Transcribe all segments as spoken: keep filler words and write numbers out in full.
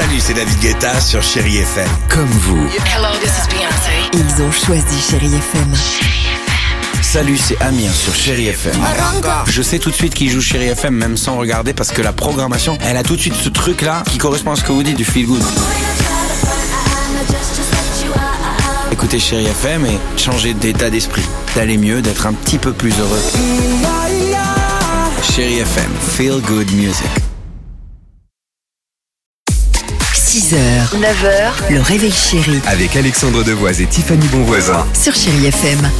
Salut, c'est David Guetta sur Chérie F M. Comme vous. Hello, this is Beyoncé. Ils ont choisi Chérie F M. Salut, c'est Amir sur Chérie F M. Je sais tout de suite qui joue Chérie F M, même sans regarder, parce que la programmation, elle a tout de suite ce truc-là qui correspond à ce que vous dites du feel good. Écoutez Chérie F M et changez d'état d'esprit, d'aller mieux, d'être un petit peu plus heureux. Chérie F M, feel good music. six heures, neuf heures, le réveil chéri Avec Alexandre Devoise et Tiffany Bonvoisin. sur Chérie F M.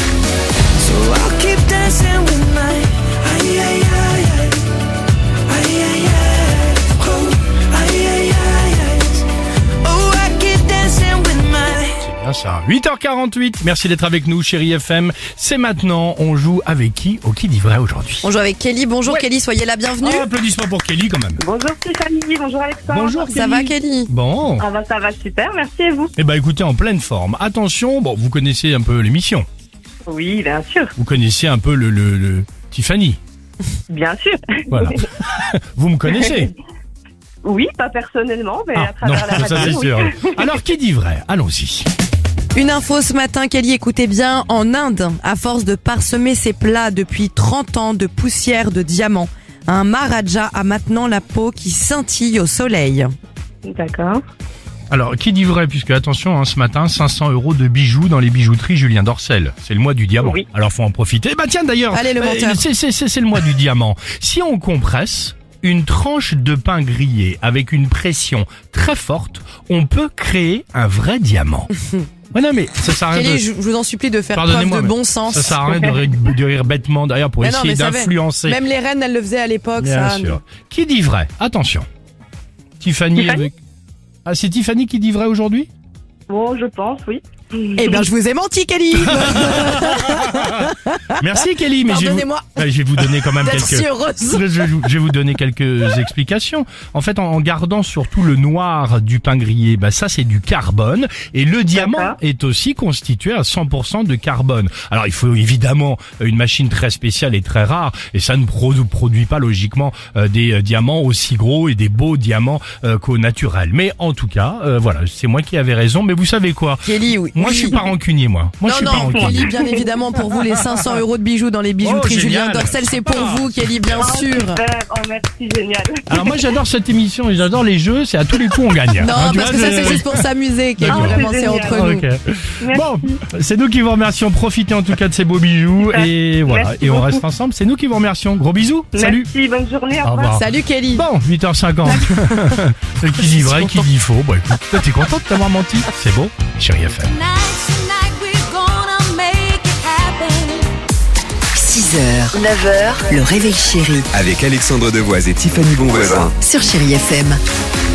Ah ça. huit heures quarante-huit, merci d'être avec nous, Chérie F M. C'est maintenant, on joue avec qui au qui dit vrai aujourd'hui? On joue avec Kelly. Bonjour Ouais. Kelly, soyez la bienvenue. Oh, applaudissements pour Kelly quand même. Bonjour Tiffany, bonjour Alexandre. Bonjour Ça va Kelly? Bon. Ah bah ça va super, merci et vous? Eh ben écoutez, en pleine forme. Attention, bon, vous connaissez un peu l'émission. Oui, bien sûr, Vous connaissez un peu le, le, le Tiffany. bien sûr. Voilà. Vous me connaissez? Oui, pas personnellement, mais Ah, à non, travers la ça radio. c'est oui. sûr. Alors qui dit vrai? Allons-y. Une info ce matin, Kelly, écoutez bien. En Inde, à force de parsemer ses plats depuis trente ans de poussière de diamants, un Maharaja a maintenant la peau qui scintille au soleil. D'accord. Alors, qui dit vrai, puisque attention, hein, ce matin, cinq cents euros de bijoux dans les bijouteries Julien Dorcel. C'est le mois du diamant. Oui. Alors, faut en profiter. Bah tiens, d'ailleurs, Allez, le menteur. c'est, c'est, c'est, c'est le mois du diamant. Si on compresse une tranche de pain grillé avec une pression très forte, on peut créer un vrai diamant. Ouais, non, mais ça sert à rien Kelly, de... je je vous en supplie de faire preuve Pardonnez-moi, de mais bon sens. Ça sert à rien de rire, de rire bêtement d'ailleurs pour Mais non, essayer mais ça va. d'influencer. Même les reines, elles le faisaient à l'époque, Bien ça. sûr. Qui dit vrai? Attention. Tiffany, Tiffany avec... Ah, c'est Tiffany qui dit vrai aujourd'hui? Bon, je pense, oui. Eh ben, je vous ai menti, Kelly. Merci Kelly, mais je vais, vous... Pardonnez-moi Ouais, je vais vous donner quand même d'être quelques... si heureuse. Je vais vous- je vais vous donner quelques explications. En fait, en en gardant surtout le noir du pain grillé, bah ça c'est du carbone et le diamant D'accord. est aussi constitué à cent pour cent de carbone. Alors il faut évidemment une machine très spéciale et très rare et ça ne pro- produit pas logiquement euh, des euh, diamants aussi gros et des beaux diamants euh, qu'au naturel. Mais en tout cas, euh, voilà, c'est moi qui avais raison. Mais vous savez quoi? Kelly, oui. Moi je suis pas rancunier, moi. Moi je suis non, pas non, rancunier. Kelly, bien évidemment, pour vous, les cinq cents euros de bijoux dans les bijouteries Oh, Julien génial. Dorcel, c'est pour Ah. vous, Kelly, bien sûr. Super, oh merci, génial. Alors moi j'adore cette émission et j'adore les jeux, c'est à tous les coups on gagne. Non, Hein, tu parce que vois, ça, c'est juste pour s'amuser, Kelly. D'accord. Vraiment, Ah, c'est c'est entre génial. nous. Ok. Merci. Bon, c'est nous qui vous remercions. Profitez en tout cas de ces beaux bijoux Super. et voilà. Merci et on beaucoup. reste ensemble. C'est nous qui vous remercions. Gros bisous. Salut. Merci, bonne journée, au Au revoir. revoir. Salut, Kelly. Bon, huit heures cinquante. Qui dit vrai, qui dit faux. Bon, écoute, toi, t'es content de t'avoir menti? C'est beau. Chérie F M. six heures, neuf heures, le réveil chéri Avec Alexandre Devoise et Tiffany Bonvoisin. sur Chérie F M.